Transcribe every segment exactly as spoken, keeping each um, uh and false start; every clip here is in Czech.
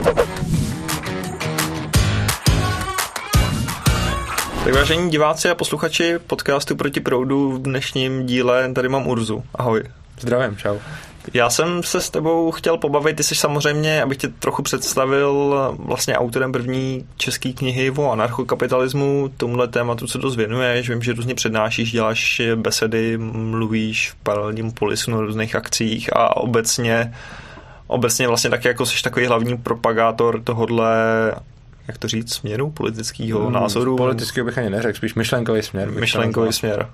Tak vážení diváci a posluchači podcastu Proti proudu, v dnešním díle tady mám Urzu. Ahoj. Zdravím, čau. Já jsem se s tebou chtěl pobavit, ty jsi samozřejmě, abych tě trochu představil, vlastně autorem první české knihy o anarchokapitalismu, tomuhle tématu se dost věnuješ, vím, že různě přednášíš, děláš besedy, mluvíš v paralelním polisu na různých akcích a obecně, obecně vlastně taky jako jsi takový hlavní propagátor tohodle, jak to říct, směru politického hmm, názoru. Politického bych ani neřekl, spíš myšlenkový směr. Myšlenkový směr.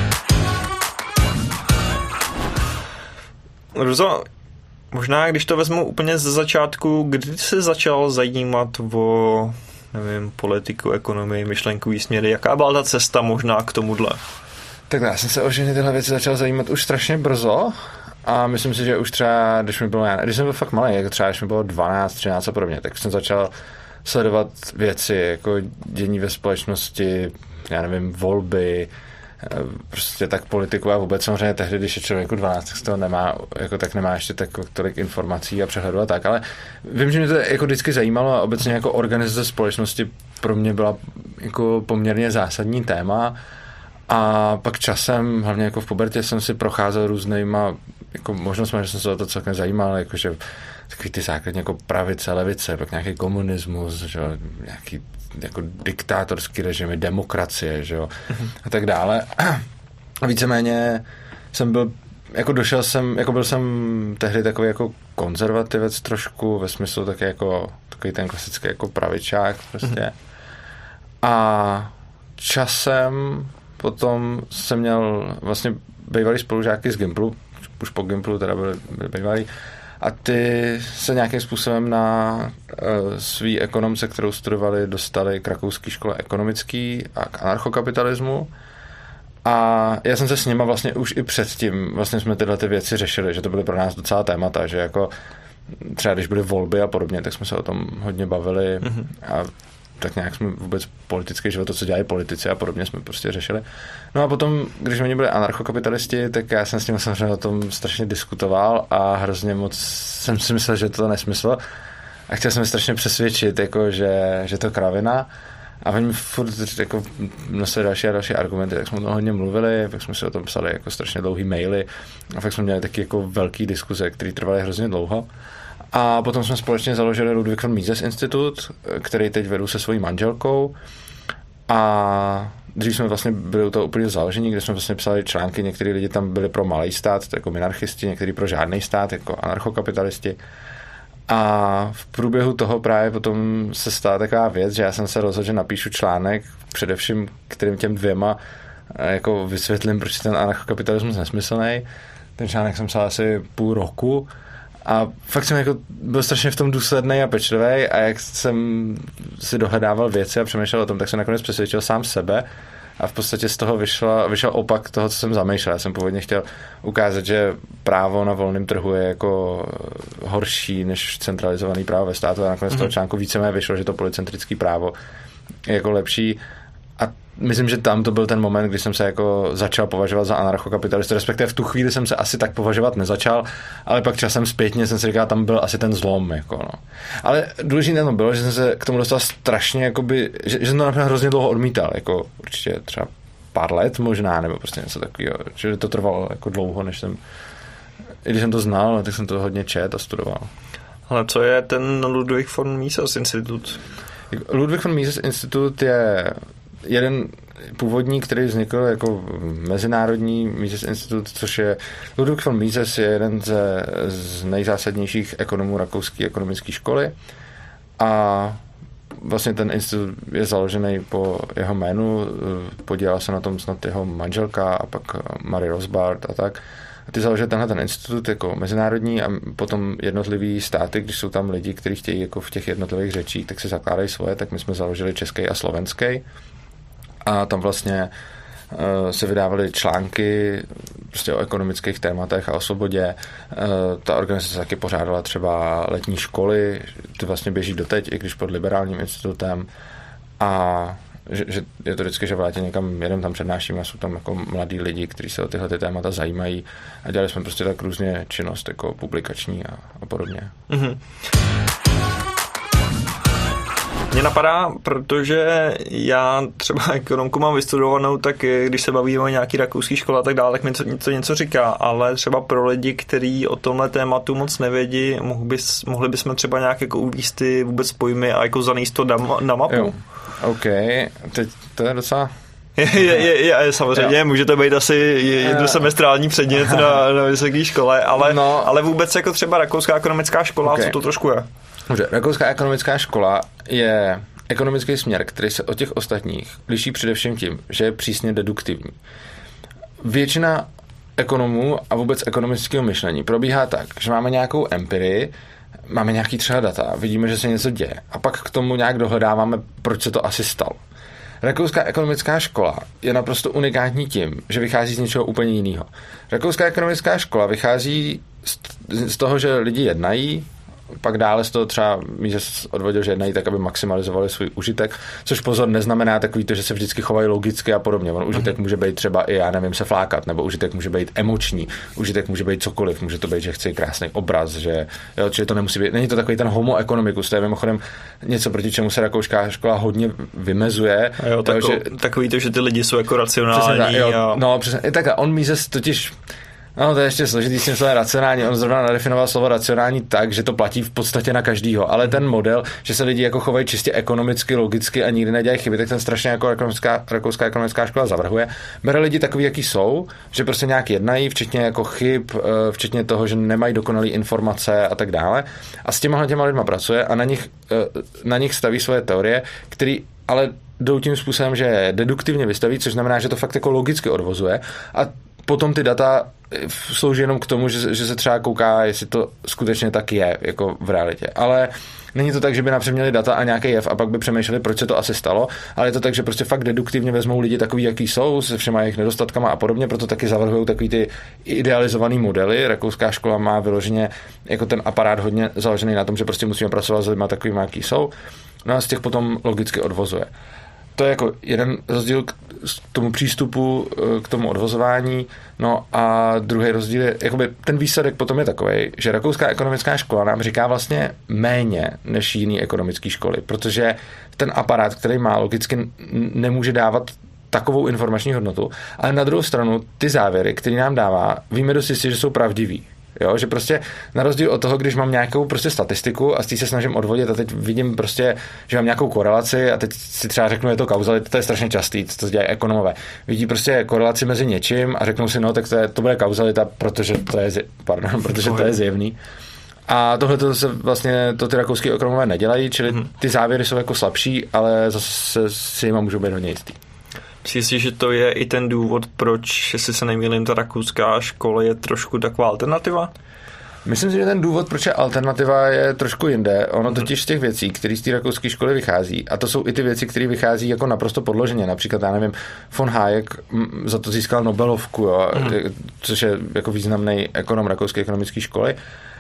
Ruzo, možná když to vezmu úplně ze začátku, kdy jsi začal zajímat o, nevím, politiku, ekonomii, myšlenkový směry, jaká byla ta cesta možná k tomuhle? Tak já jsem se o všechny tyhle věci začal zajímat už strašně brzo a myslím si, že už třeba, když mi bylo, když jsem byl fakt malý, jako třeba když mi bylo dvanáct, třináct a podobně, tak jsem začal sledovat věci, jako dění ve společnosti, já nevím, volby, prostě tak politiku a vůbec samozřejmě tehdy, když je člověku dvanáct, tak z toho nemá, jako tak nemá ještě tak, tolik informací a přehledu a tak, ale vím, že mě to jako vždycky zajímalo a obecně jako organizace společnosti pro mě byla jako poměrně zásadní téma a pak časem, hlavně jako v pubertě jsem si procházel různýma jako možnostmi, že jsem se o to celkem zajímal, jakože takový ty základní jako pravice, levice, pak nějaký komunismus, že, nějaký jako diktátorský režimy, demokracie, že jo, mm-hmm. a tak dále. A víceméně jsem byl, jako došel jsem, jako byl jsem tehdy takový jako konzervativec trošku, ve smyslu taky jako takový ten klasický jako pravičák prostě. Mm-hmm. A časem potom jsem měl vlastně bývalý spolužáky z Gimplu, už po Gimplu teda byli, byli bývalí, a ty se nějakým způsobem na uh, svý ekonomce, kterou studovali, dostali k rakouské škole ekonomický a k anarchokapitalismu. A já jsem se s nima vlastně už i předtím, vlastně jsme tyhle ty věci řešili, že to byly pro nás docela témata, že jako třeba když byly volby a podobně, tak jsme se o tom hodně bavili mm-hmm. a tak nějak jsme vůbec politický život, to, co dělají politici a podobně jsme prostě řešili. No a potom, když oni byli anarchokapitalisti, tak já jsem s nimi samozřejmě o tom strašně diskutoval a hrozně moc jsem si myslel, že to je nesmysl a chtěl jsem mi strašně přesvědčit, jako, že, že to kravina a oni furt jako nosili další a další argumenty, tak jsme o tom hodně mluvili, pak jsme si o tom psali jako strašně dlouhý maily a pak jsme měli taky jako velký diskuze, které trvaly hrozně dlouho. A potom jsme společně založili Ludwig von Mises Institut, který teď vedu se svojí manželkou. A dřív jsme vlastně byli u toho úplně založení, kde jsme vlastně psali články, některý lidi tam byli pro malý stát, jako minarchisti, některý pro žádný stát, jako anarchokapitalisti. A v průběhu toho právě potom se stala taková věc, že já jsem se rozhodl, že napíšu článek, především kterým těm dvěma jako vysvětlím, proč je ten anarchokapitalismus nesmyslný. Ten článek jsem psal asi půl roku. A fakt jsem jako byl strašně v tom důslednej a pečlivý a jak jsem si dohledával věci a přemýšlel o tom, tak jsem nakonec přesvědčil sám sebe a v podstatě z toho vyšel, vyšel opak toho, co jsem zamýšlel. Já jsem původně chtěl ukázat, že právo na volném trhu je jako horší než centralizovaný právo ve státu a nakonec mm-hmm. toho článku víceméně vyšlo, že to polycentrické právo je jako lepší. A myslím, že tam to byl ten moment, kdy jsem se jako začal považovat za anarchokapitalistu, respektive v tu chvíli jsem se asi tak považovat nezačal, ale pak časem zpětně jsem si říkal, tam byl asi ten zlom, jako no. Ale důležité to bylo, že jsem se k tomu dostal strašně, jakoby, že, že jsem to například hrozně dlouho odmítal, jako určitě třeba pár let možná, nebo prostě něco takového, že to trvalo jako dlouho, než jsem, i když jsem to znal, tak jsem to hodně čet a studoval. Ale co je ten Ludwig von Mises Institut? Ludwig von Mises Institut je jeden původní, který vznikl jako mezinárodní Mises Institut, což je Ludwig von Mises je jeden ze, z nejzásadnějších ekonomů rakouské ekonomické školy a vlastně ten institut je založený po jeho jménu, podílela se na tom snad jeho manželka a pak Marie Rosbart a tak. A ty založili tenhle ten institut jako mezinárodní a potom jednotlivý státy, když jsou tam lidi, kteří chtějí jako v těch jednotlivých řečích, tak si zakládají svoje, tak my jsme založili český a slovenský. A tam vlastně uh, se vydávaly články prostě o ekonomických tématech a o svobodě. Uh, ta organizace taky pořádala třeba letní školy, ty vlastně běží doteď, i když pod liberálním institutem. A že, že je to vždycky, že v létě někam jedem tam přednáším a jsou tam jako mladí lidi, kteří se o tyhle ty témata zajímají a dělali jsme prostě tak různě činnost jako publikační a, a podobně. Mm-hmm. Mně napadá, protože já třeba ekonomku mám vystudovanou, tak když se bavíme o nějaký rakouský škole a tak dále, tak mi to něco, něco říká, ale třeba pro lidi, kteří o tomhle tématu moc nevědí, mohli, bys, mohli bychom třeba nějak jako uvíct ty vůbec pojmy a jako zanést to na, na mapu. Jo. OK, teď to je docela... Je, je, je, je, samozřejmě, jo. Může to být asi jednosemestrální předmět na, na vysoké škole, ale, no. ale vůbec jako třeba rakouská ekonomická škola, okay. Co to trošku je? Dobře, rakouská ekonomická škola je ekonomický směr, který se od těch ostatních liší především tím, že je přísně deduktivní. Většina ekonomů a vůbec ekonomického myšlení probíhá tak, že máme nějakou empirii, máme nějaký třeba data, vidíme, že se něco děje a pak k tomu nějak dohledáváme, proč se to asi stalo. Rakouská ekonomická škola je naprosto unikátní tím, že vychází z něčeho úplně jiného. Rakouská ekonomická škola vychází z toho, že lidi jednají, pak dále z toho třeba Mises odvodil, že jednají tak, aby maximalizovali svůj užitek, což pozor neznamená takový to, že se vždycky chovají logicky a podobně. On užitek může být třeba i, já nevím, se flákat, nebo užitek může být emoční, užitek může být cokoliv, může to být, že chci krásný obraz, že jo, čili to nemusí být, není to takový ten homo economicus, to je mimochodem něco, proti čemu se rakouská škola hodně vymezuje. A jo, tako, že, takový to, že ty lidi jsou jako racionální. Přesně, jo, a... No, přesně, tak on Mises totiž no, to je ještě složitý s tím slovem racionální. On zrovna nadefinoval slovo racionální tak, že to platí v podstatě na každýho. Ale ten model, že se lidi jako chovají čistě ekonomicky, logicky a nikdy nedělají chyby, tak ten strašně jako ekonomická, rakouská ekonomická škola zavrhuje. Bere lidi takový, jaký jsou, že prostě nějak jednají, včetně jako chyb, včetně toho, že nemají dokonalé informace a tak dále. A s těma těma lidma pracuje a na nich, na nich staví svoje teorie, které ale jdou tím způsobem, že deduktivně vystaví, což znamená, že to fakt jako logicky odvozuje a potom ty data slouží jenom k tomu, že, že se třeba kouká, jestli to skutečně tak je, jako v realitě. Ale není to tak, že by napřed měli data a nějaký jev a pak by přemýšleli, proč se to asi stalo, ale je to tak, že prostě fakt deduktivně vezmou lidi takový, jaký jsou, se všema jejich nedostatkama a podobně, proto taky zavrhují takový ty idealizovaný modely. Rakouská škola má vyloženě jako ten aparát hodně založený na tom, že prostě musíme pracovat s lidmi takovými, jaký jsou. No a z těch potom logicky odvozuje. To je jako jeden rozdíl k tomu přístupu, k tomu odvozování. No a druhý rozdíl je, jakoby ten výsledek potom je takový, že rakouská ekonomická škola nám říká vlastně méně než jiný ekonomické školy, protože ten aparát, který má, logicky nemůže dávat takovou informační hodnotu, ale na druhou stranu ty závěry, které nám dává, víme dost jistě, že jsou pravdivý. Jo, že prostě na rozdíl od toho, když mám nějakou prostě statistiku a z té se snažím odvodit a teď vidím prostě, že mám nějakou korelaci a teď si třeba řeknu, je to kauzalita, to je strašně častý, to dělají ekonomové. Vidí prostě korelaci mezi něčím a řeknou si, no tak to, je, to bude kauzalita, protože to je, pardon, protože to je zjevný. A tohle to se vlastně to ty rakouský ekonomové nedělají, čili ty závěry jsou jako slabší, ale zase si jima můžou být hodně jistý. Myslíš si, že to je i ten důvod, proč, jestli se nemýlím, ta rakouská škola je trošku taková alternativa? Myslím si, že ten důvod, proč je alternativa, je trošku jinde. Ono totiž z těch věcí, které z té rakouské školy vychází, a to jsou i ty věci, které vychází jako naprosto podloženě. Například, já nevím, von Hayek za to získal Nobelovku, jo, mm. což je jako významný ekonom rakouské ekonomické školy.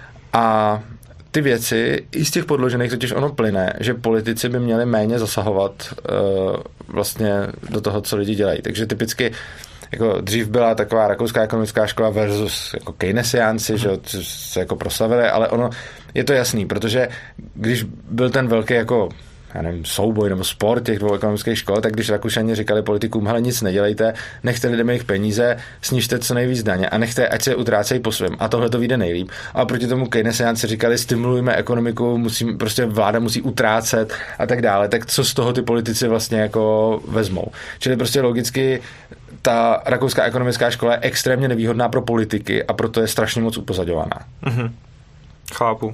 A ty věci, i z těch podložených totiž ono plyne, že politici by měli méně zasahovat uh, vlastně do toho, co lidi dělají. Takže typicky jako dřív byla taková rakouská ekonomická škola versus jako keynesiánci, mm. že se jako proslavili, ale ono je to jasný, protože když byl ten velký jako já nevím, souboj nebo sport těch dvou ekonomických škol, tak když Rakušani říkali politikům, hele, nic nedělejte, nechte lidem jejich peníze, snižte co nejvíc daně a nechte, ať se utrácejí po svém. A tohle to vyjde nejlíp. A proti tomu keynesiánci říkali, stimulujme ekonomiku, musí, prostě vláda musí utrácet a tak dále. Tak co z toho ty politici vlastně jako vezmou? Čili prostě logicky ta rakouská ekonomická škola je extrémně nevýhodná pro politiky a proto je strašně moc upozadňovaná. Mhm. Chápu.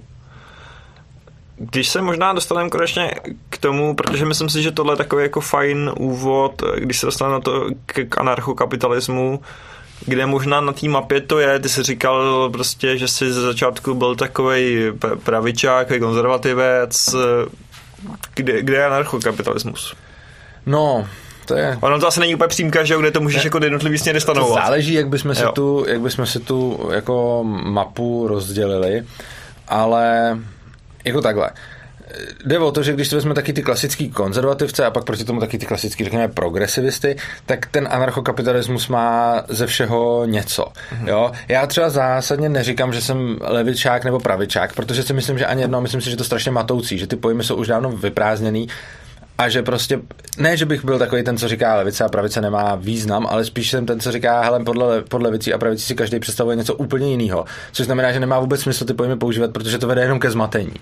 Když se možná dostaneme konečně k tomu, protože myslím si, že tohle je takový jako fajn úvod, když se dostaneme na to k, k anarchokapitalismu, kde možná na té mapě to je, ty jsi říkal prostě, že jsi ze začátku byl takovej pravičák, konzervativec, kde, kde je anarchokapitalismus? No, to je... Ono to asi není úplně přímka, že kde to můžeš ne, jako jednotlivý směry stanovovat. To záleží, jak bychom si tu, jak bychom si tu jako mapu rozdělili, ale jako takhle. jde o to, že když to vezme taky ty klasický konzervativce a pak proti tomu taky ty klasický, řekněme, progresivisty, tak ten anarchokapitalismus má ze všeho něco. Mm-hmm. Jo? Já třeba zásadně neříkám, že jsem levičák nebo pravičák, protože si myslím, že ani jedno, myslím si, že to strašně matoucí, že ty pojmy jsou už dávno vyprázdněný a že prostě, ne, že bych byl takový ten, co říká levice a pravice nemá význam, ale spíš jsem ten, co říká, hele, podle, podle levicí a pravicí si každý představuje něco úplně jiného, což znamená, že nemá vůbec smysl ty pojmy používat, protože to vede jenom ke zmatení.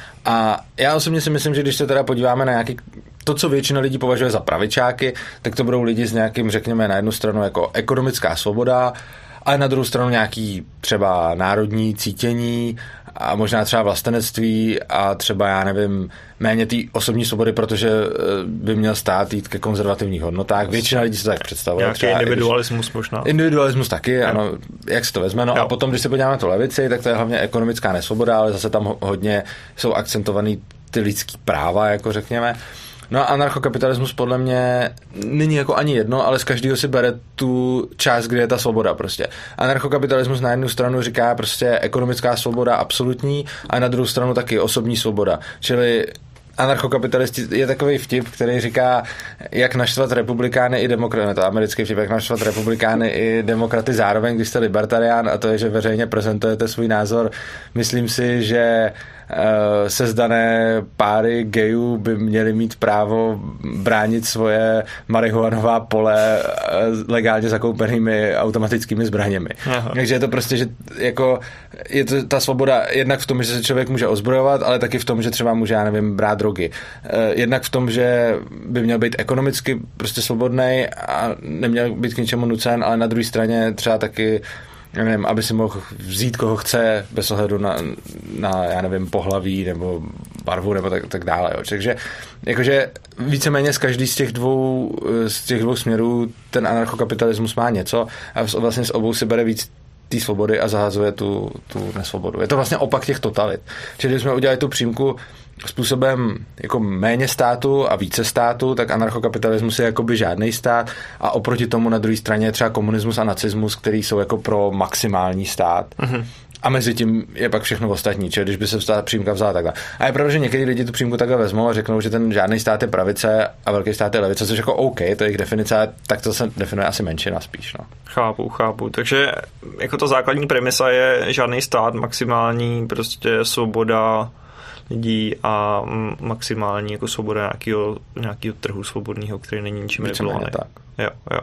A já osobně si myslím, že když se teda podíváme na nějaký, to, co většina lidí považuje za pravičáky, tak to budou lidi s nějakým, řekněme, na jednu stranu jako ekonomická svoboda, ale na druhou stranu nějaký třeba národní cítění a možná třeba vlastenectví a třeba, já nevím, méně té osobní svobody, protože by měl stát jít ke konzervativních hodnotách. Většina lidí se to tak představuje. Nějaký individualismus možná. Individualismus taky, jo. Ano, jak se to vezme. No jo. A potom, když se podíváme na to levici, tak to je hlavně ekonomická nesvoboda, ale zase tam hodně jsou akcentovaný ty lidský práva, jako řekněme. No a anarchokapitalismus podle mě není jako ani jedno, ale z každého si bere tu část, kde je ta svoboda prostě. Anarchokapitalismus na jednu stranu říká prostě ekonomická svoboda absolutní a na druhou stranu taky osobní svoboda. Čili anarchokapitalisti je takový vtip, který říká, jak naštvat republikány i demokraty, to americký vtip, jak naštvat republikány i demokraty zároveň, když jste libertarián, a to je, že veřejně prezentujete svůj názor. Myslím si, že uh, sezdané páry gayů by měly mít právo bránit svoje marihuanová pole uh, legálně zakoupenými automatickými zbraněmi. Aha. Takže je to prostě, že jako je to ta svoboda jednak v tom, že se člověk může ozbrojovat, ale taky v tom, že třeba může, já nevím, brát drogy. Jednak v tom, že by měl být ekonomicky prostě svobodnej a neměl být k ničemu nucen, ale na druhé straně třeba taky, nevím, aby si mohl vzít, koho chce, bez ohledu na, na já nevím, pohlaví nebo barvu nebo tak, tak dále. Jo. Takže jakože víceméně z každý z těch dvou z těch dvou směrů ten anarchokapitalismus má něco a vlastně z obou si bere víc té svobody a zahazuje tu, tu nesvobodu. Je to vlastně opak těch totalit. Čili když jsme udělali tu přímku způsobem jako méně státu a více státu, tak anarchokapitalismus je jakoby žádný stát a oproti tomu na druhé straně je třeba komunismus a nacismus, který jsou jako pro maximální stát. Mm-hmm. A mezi tím je pak všechno ostatní, čili když by se ta přímka vzala takhle. A je pravda, že některý lidi tu přímku takhle vezmou a řeknou, že ten žádný stát je pravice a velký stát je levice, což jako OK, to je jejich definice, tak to se definuje asi menšina spíš. No. Chápu, chápu. Takže jako ta základní premisa je žádný stát, maximální prostě svoboda lidí a maximální jako svoboda nějakého, nějakého trhu svobodného, který není ničím regulovaný. Jo, jo.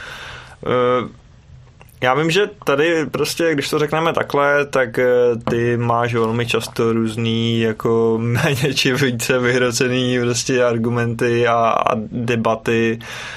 Uh, Já vím, že tady prostě, když to řekneme takhle, tak ty máš velmi často různý jako méně či více vyhrocený prostě argumenty a, a debaty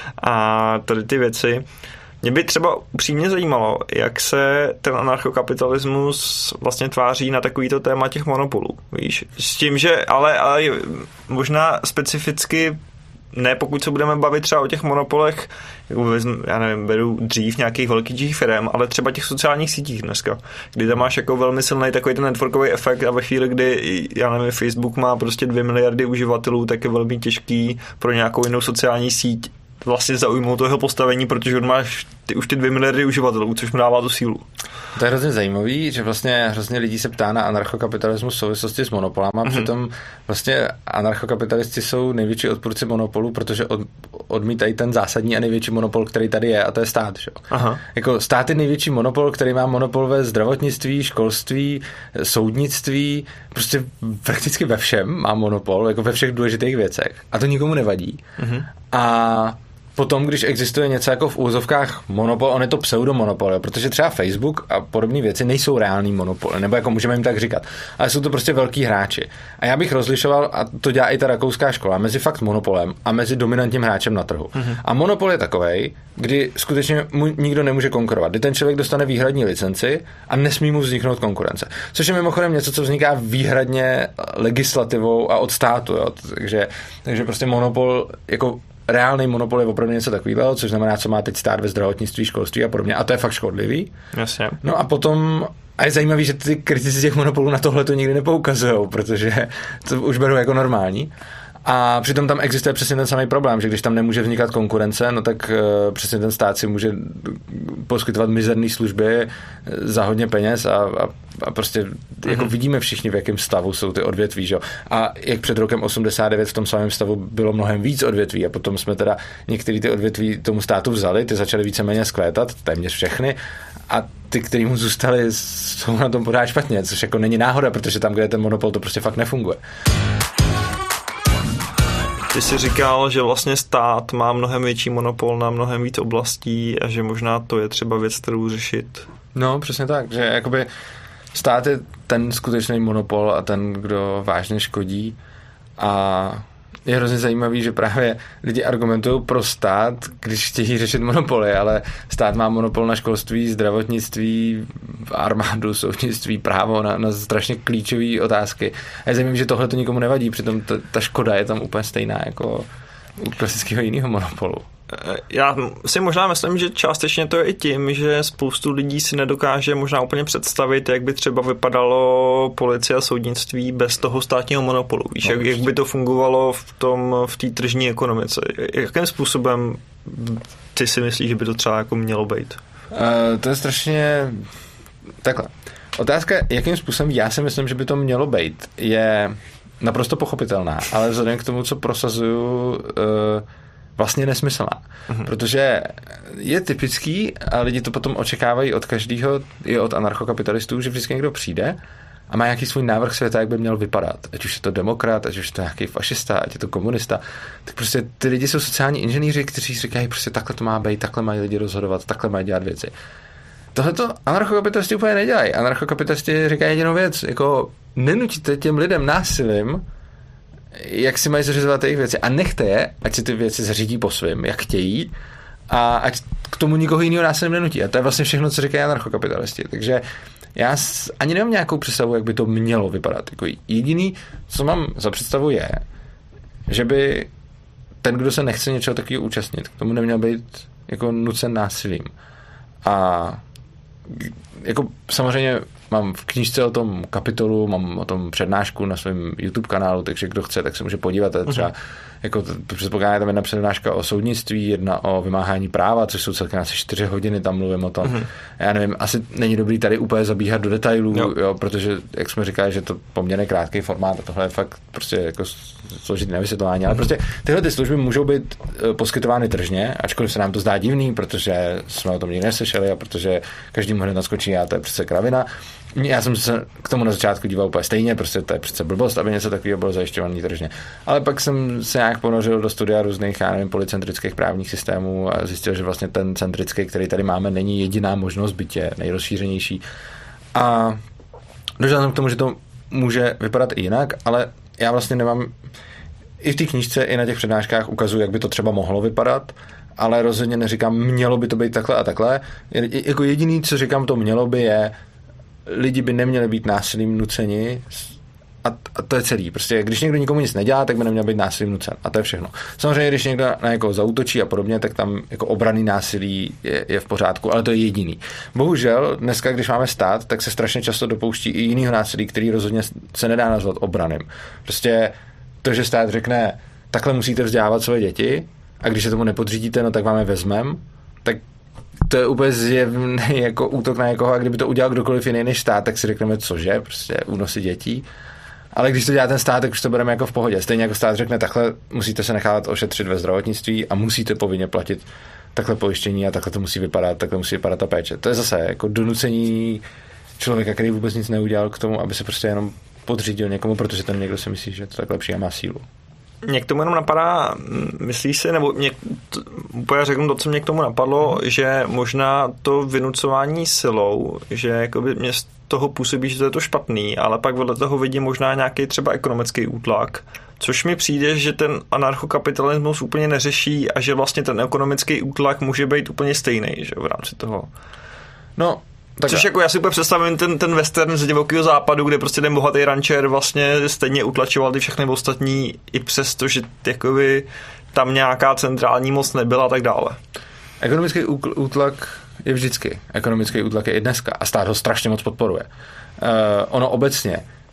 a tady ty věci. Mě by třeba upřímně zajímalo, jak se ten anarchokapitalismus vlastně tváří na takovýto téma těch monopolů, víš? S tím, že ale, ale možná specificky ne, pokud se budeme bavit třeba o těch monopolech, jako vezm, já nevím, beru dřív nějakých velkých firm, ale třeba těch sociálních sítích dneska, kdy tam máš jako velmi silný takový ten networkový efekt a ve chvíli, kdy, já nevím, Facebook má prostě dvě miliardy uživatelů, tak je velmi těžký pro nějakou jinou sociální síť vlastně zaujmout toho postavení, protože on máš ty, už ty dvě miliardy uživatelů, což mu dává tu sílu. To je hrozně zajímavý, že vlastně hrozně lidí se ptá na anarchokapitalismus v souvislosti s monopolama, mm-hmm. Přitom vlastně anarchokapitalisti jsou největší odpůrci monopolu, protože od, odmítají ten zásadní a největší monopol, který tady je, a to je stát. Že? Aha. Jako stát je největší monopol, který má monopol ve zdravotnictví, školství, soudnictví, prostě prakticky ve všem má monopol, jako ve všech důležitých věcech. A to nikomu nevadí. Mm-hmm. A potom, když existuje něco jako v úvozovkách monopol, on je to pseudomonopol, jo? Protože třeba Facebook a podobné věci nejsou reální monopoly, nebo jako můžeme jim tak říkat, ale jsou to prostě velký hráči. A já bych rozlišoval, a to dělá i ta rakouská škola, mezi fakt monopolem a mezi dominantním hráčem na trhu. Mm-hmm. A monopol je takovej, kdy skutečně mu nikdo nemůže konkurovat, kdy ten člověk dostane výhradní licenci a nesmí mu vzniknout konkurence. Což je mimochodem něco, co vzniká výhradně legislativou a od státu. Jo? Takže, takže prostě monopol jako reálný monopol je opravdu něco takového, což znamená, co má teď stát ve zdravotnictví, školství a podobně. A to je fakt škodlivý. Jasně. No a potom, a je zajímavý, že ty kritici těch monopolů na tohle to nikdy nepoukazujou, protože to už berou jako normální. A přitom tam existuje přesně ten samý problém, že když tam nemůže vznikat konkurence, no tak uh, přesně ten stát si může poskytovat mizerné služby za hodně peněz a, a, a prostě mm-hmm. jako vidíme všichni, v jakém stavu jsou ty odvětví, že? A jak před rokem osmdesát devět v tom samém stavu bylo mnohem víc odvětví a potom jsme teda některé ty odvětví tomu státu vzali, ty začaly víceméně skvétat, téměř všechny, a ty, který mu zůstali, jsou na tom pořád špatně, což jako není náhoda, protože tam, kde je ten monopol, to prostě fakt nefunguje. Ty jsi říkal, že vlastně stát má mnohem větší monopol na mnohem víc oblastí a že možná to je třeba věc, kterou řešit. No, přesně tak, že jakoby stát je ten skutečný monopol a ten, kdo vážně škodí, a je hrozně zajímavý, že právě lidi argumentují pro stát, když chtějí řešit monopoly, ale stát má monopol na školství, zdravotnictví, armádu, soudnictví, právo, na, na strašně klíčové otázky. A je zajímavé, že tohle to nikomu nevadí, přitom ta, ta škoda je tam úplně stejná jako u klasického jiného monopolu. Já si možná myslím, že částečně to je i tím, že spoustu lidí si nedokáže možná úplně představit, jak by třeba vypadalo policie a soudnictví bez toho státního monopolu. Víš, no, jak, jak by to fungovalo v tom, v té tržní ekonomice. Jakým způsobem ty si myslíš, že by to třeba jako mělo být? Uh, to je strašně takhle. Otázka, jakým způsobem já si myslím, že by to mělo být, je naprosto pochopitelná, ale vzhledem k tomu, co prosazuju, uh, vlastně nesmyslná. Mm-hmm. Protože je typický, a lidi to potom očekávají od každého, i od anarchokapitalistů, že vždycky někdo přijde a má nějaký svůj návrh světa, jak by měl vypadat. Ať už je to demokrat, ať už je to nějaký fašista, ať je to komunista. Tak prostě ty lidi jsou sociální inženýři, kteří říkají, prostě takhle to má být, takhle mají lidi rozhodovat, takhle mají dělat věci. Tohleto anarchokapitalisti úplně nedělají. Anarchokapitalisti říkají jedinou věc, jako nenutíte těm lidem násilím, jak si mají zařizovat jejich věci. A nechte je, ať si ty věci zařídí po svým, jak chtějí, a ať k tomu nikoho jiného násilím nenutí. A to je vlastně všechno, co říkají anarchokapitalisti. Takže já ani nemám nějakou představu, jak by to mělo vypadat. Jako jediný, co mám za představu, je, že by ten, kdo se nechce něčeho takového účastnit, k tomu neměl být jako nucen násilím. A jako samozřejmě mám v knížce o tom kapitolu, mám o tom přednášku na svém YouTube kanálu, takže kdo chce, tak se může podívat. Třeba uh-huh. jako předpokládám tam jedna přednáška o soudnictví, jedna o vymáhání práva, což jsou celkem asi čtyři hodiny, tam mluvím o tom. Uh-huh. Já nevím, asi není dobrý tady úplně zabíhat do detailů, jo. Jo, protože, jak jsme říkali, že to poměrně krátký formát a tohle je fakt prostě jako složitý na vysvětlování, ale uh-huh. prostě tyhle ty služby můžou být poskytovány tržně, ačkoliv se nám to zdá divný, protože jsme o tom nikdy neslyšeli a protože každý mu hned naskočí, a to je přece kravina. Já jsem se k tomu na začátku díval úplně stejně, prostě to je přece blbost, aby něco takového bylo zajišťované tržně. Ale pak jsem se nějak ponořil do studia různých, já nevím, policentrických právních systémů a zjistil, že vlastně ten centrický, který tady máme, není jediná možnost, byť je nejrozšířenější. A došel jsem k tomu, že to může vypadat i jinak, ale já vlastně nemám, i v té knížce, i na těch přednáškách ukazuju, jak by to třeba mohlo vypadat, ale rozhodně neříkám, mělo by to být takhle a takhle. Jako jediný, co říkám, to mělo by, je, lidi by neměli být násilím nuceni a, a to je celý. Prostě když někdo nikomu nic nedělá, tak by neměl být násilím nucen. A to je všechno. Samozřejmě, když někdo na někoho zaútočí a podobně, tak tam jako obranný násilí je, je v pořádku, ale to je jediný. Bohužel, dneska, když máme stát, tak se strašně často dopouští i jinýho násilí, který rozhodně se nedá nazvat obraným. Prostě to, že stát řekne, takhle musíte vzdělávat svoje děti, a když se tomu nepodřídíte, no tak vám je vezmem, tak to je úplně zjevný jako útok na někoho, a kdyby to udělal kdokoliv jiný než stát, tak si řekneme, cože, prostě únosy dětí. Ale když to dělá ten stát, tak už to bereme jako v pohodě. Stejně jako stát řekne, takhle musíte se nechat ošetřit ve zdravotnictví a musíte povinně platit takhle pojištění a takhle to musí vypadat, takhle musí vypadat ta péče. To je zase jako donucení člověka, který vůbec nic neudělal k tomu, aby se prostě jenom podřídil někomu, protože ten někdo si myslí, že to takhle lepší a má sílu. Mě k tomu jenom napadá, myslíš si, nebo mě, t, úplně řeknu to, co mě k tomu napadlo, že možná to vynucování silou, že jakoby mě z toho působí, že to je to špatný, ale pak vedle toho vidím možná nějaký třeba ekonomický útlak, což mi přijde, že ten anarchokapitalismus úplně neřeší a že vlastně ten ekonomický útlak může být úplně stejný, že v rámci toho. No, tak což jako já si úplně představím ten, ten western z divokého západu, kde prostě ten bohatý rančer vlastně stejně utlačoval ty všechny ostatní i přesto, že jakoby tam nějaká centrální moc nebyla a tak dále. Ekonomický útlak je vždycky. Ekonomický útlak je i dneska a stát ho strašně moc podporuje. Uh, ono obecně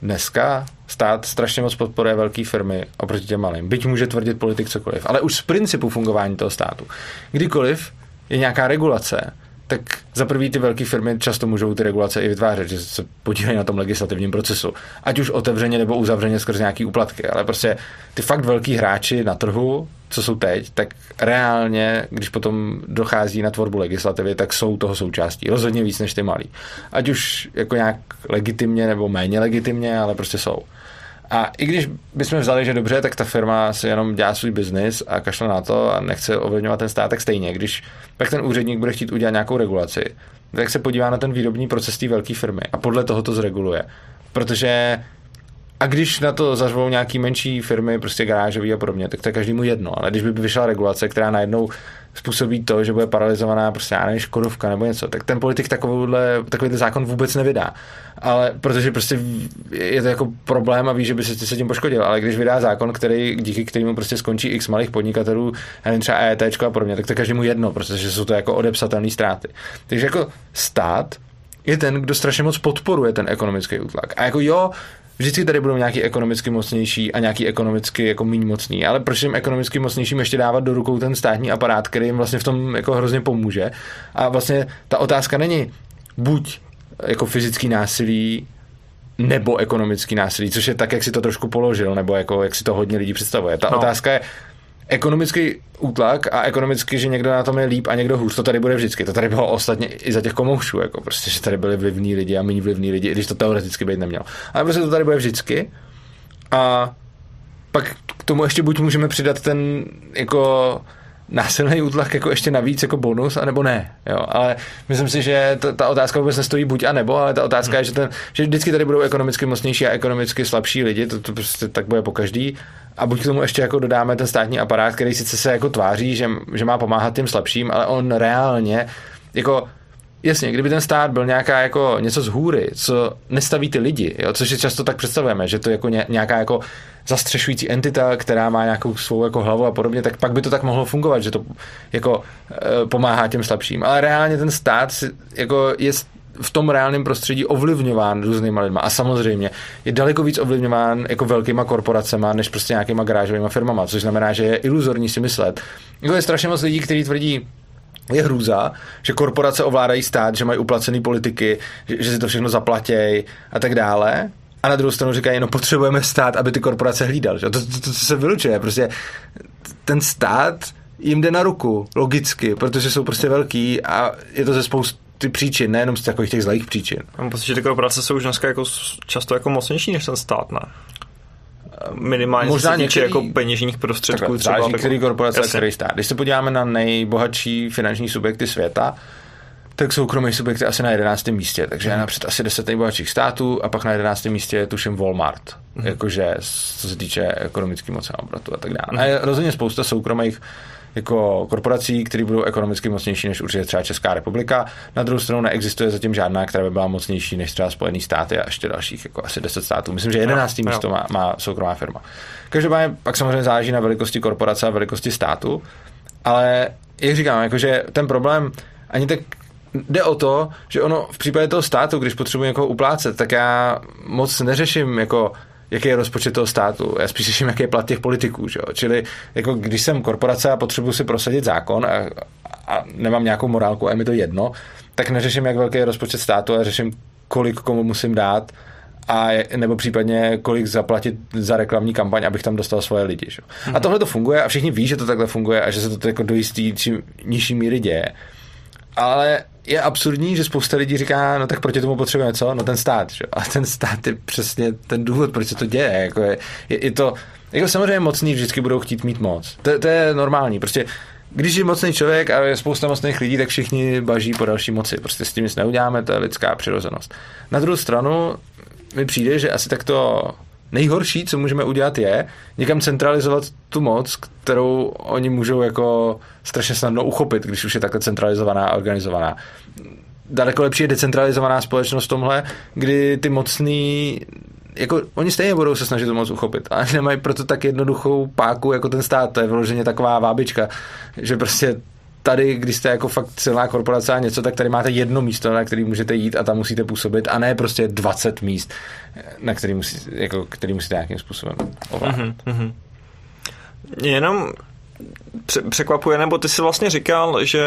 dneska stát strašně moc podporuje velké firmy oproti těm malým. Byť může tvrdit politik cokoliv, ale už z principu fungování toho státu. Kdykoliv je nějaká regulace, tak za prvý ty velké firmy často můžou ty regulace i vytvářet, že se podílejí na tom legislativním procesu. Ať už otevřeně nebo uzavřeně skrz nějaký úplatky, ale prostě ty fakt velký hráči na trhu, co jsou teď, tak reálně, když potom dochází na tvorbu legislativy, tak jsou toho součástí. Rozhodně víc než ty malí. Ať už jako nějak legitimně nebo méně legitimně, ale prostě jsou. A i když bychom vzali, že dobře, tak ta firma si jenom dělá svůj biznis a kašle na to a nechce ovlivňovat ten stát, tak stejně, když pak ten úředník bude chtít udělat nějakou regulaci, tak se podívá na ten výrobní proces té velké firmy a podle toho to zreguluje. Protože a když na to zařvou nějaký menší firmy, prostě garážový a podobně, tak to je každému jedno. Ale když by vyšla regulace, která najednou způsobí to, že bude paralizovaná prostě já nevím, Škodovka nebo něco, tak ten politik takovýhle, takovýhle zákon vůbec nevydá. Ale protože prostě je to jako problém a ví, že by se, se tím poškodil. Ale když vydá zákon, který, díky kterému prostě skončí x malých podnikatelů, nevím, třeba EETčko a podobně, tak to je každému jedno, protože jsou to jako odepsatelné ztráty. Takže jako stát je ten, kdo strašně moc podporuje ten ekonomický útlak. A jako jo, vždycky tady budou nějaký ekonomicky mocnější a nějaký ekonomicky jako méně mocný, ale proč jim ekonomicky mocnějším ještě dávat do rukou ten státní aparát, který jim vlastně v tom jako hrozně pomůže. A vlastně ta otázka není buď jako fyzický násilí nebo ekonomický násilí, což je tak, jak si to trošku položil, nebo jako jak si to hodně lidí představuje. Ta no. otázka je ekonomický útlak a ekonomicky, že někdo na tom je líp a někdo hůř, to tady bude vždycky. To tady bylo ostatně i za těch komoušů, jako prostě, že tady byli vlivní lidi a méně vlivní lidi, i když to teoreticky být nemělo. Ale prostě to tady bude vždycky. A pak k tomu ještě buď můžeme přidat ten jako násilný útlak jako ještě navíc jako bonus, anebo ne. Jo? Ale myslím si, že ta, ta otázka vůbec nestojí buď a nebo, ale ta otázka hmm. je, že, ten, že vždycky tady budou ekonomicky mocnější a ekonomicky slabší lidi, to, to prostě tak bude po každý. A buď k tomu ještě jako dodáme ten státní aparát, který sice se jako tváří, že, že má pomáhat těm slabším, ale on reálně jako jasně, kdyby ten stát byl nějaká jako něco z hůry, co nestaví ty lidi, jo, což si často tak představujeme, že to je jako nějaká jako zastřešující entita, která má nějakou svou jako hlavu a podobně, tak pak by to tak mohlo fungovat, že to jako e, pomáhá těm slabším. Ale reálně ten stát si, jako je v tom reálném prostředí ovlivňován různýma lidma a samozřejmě je daleko víc ovlivňován jako velkýma korporacema, než prostě nějakýma garážovýma firmama, což znamená, že je iluzorní si myslet. Jako je strašně moc lidí, kteří tvrdí, je hrůza, že korporace ovládají stát, že mají uplacený politiky, že, že si to všechno zaplatějí a tak dále. A na druhou stranu říkají, no potřebujeme stát, aby ty korporace hlídal. Že? To, to, to, to se vylučuje. Prostě ten stát jim jde na ruku, logicky, protože jsou prostě velký a je to ze spousty příčin, nejenom z takových těch zlých příčin. Mám pocit, že ty korporace jsou už dneska jako často jako mocnější než ten stát, ne? Minimálně možná se týče některý, jako peněžních prostředků. Takhle, třeba záleží, jako, který korporace jasně. a který stát. Když se podíváme na nejbohatší finanční subjekty světa, tak soukromý subjekt je asi na jedenáctém místě, takže je napřed asi deset nejbohatších států a pak na jedenáctém místě je tuším Walmart, mm. jakože co se týče ekonomický moci a obratu a tak dále. Mm. A je rozhodně spousta soukromých jako korporací, které budou ekonomicky mocnější než určitě třeba Česká republika. Na druhou stranu neexistuje zatím žádná, která by byla mocnější než třeba Spojený státy a ještě dalších jako asi deset států. Myslím, že jedenácté místo má, má soukromá firma. Každopádně pak samozřejmě záleží na velikosti korporace a velikosti státu, ale jak říkám, jakože ten problém ani tak jde o to, že ono v případě toho státu, když potřebuji někoho uplácet, tak já moc neřeším jako jaký je rozpočet toho státu. Já spíš řeším, jaký je plat těch politiků. Že? Čili jako když jsem korporace a potřebuji si prosadit zákon a, a nemám nějakou morálku a je mi to jedno, tak neřeším, jak velký je rozpočet státu, a řeším, kolik komu musím dát a nebo případně kolik zaplatit za reklamní kampaň, abych tam dostal svoje lidi. Že? Mm-hmm. A tohle to funguje a všichni ví, že to takhle funguje a že se to jako do jistý čím nižší míry děje. Ale je absurdní, že spousta lidí říká, no tak proti tomu potřebujeme co? No ten stát. Že? A ten stát je přesně ten důvod, proč se to děje. Jako je, je, je to, jako samozřejmě mocní vždycky budou chtít mít moc. To, to je normální. Prostě když je mocný člověk a je spousta mocných lidí, tak všichni baží po další moci. Prostě s tím nic neuděláme, to je lidská přirozenost. Na druhou stranu mi přijde, že asi takto nejhorší, co můžeme udělat, je někam centralizovat tu moc, kterou oni můžou jako strašně snadno uchopit, když už je takhle centralizovaná a organizovaná. Daleko lepší je decentralizovaná společnost v tomhle, kdy ty mocný jako oni stejně budou se snažit tu moc uchopit, ale nemají proto tak jednoduchou páku jako ten stát. To je vyloženě taková vábička, že prostě tady, když jste jako fakt silná korporace a něco, tak tady máte jedno místo, na který můžete jít a tam musíte působit, a ne prostě dvacet míst, na který, musí, jako, který musíte nějakým způsobem ovládat. Mm-hmm. Jenom překvapuje, nebo ty jsi vlastně říkal, že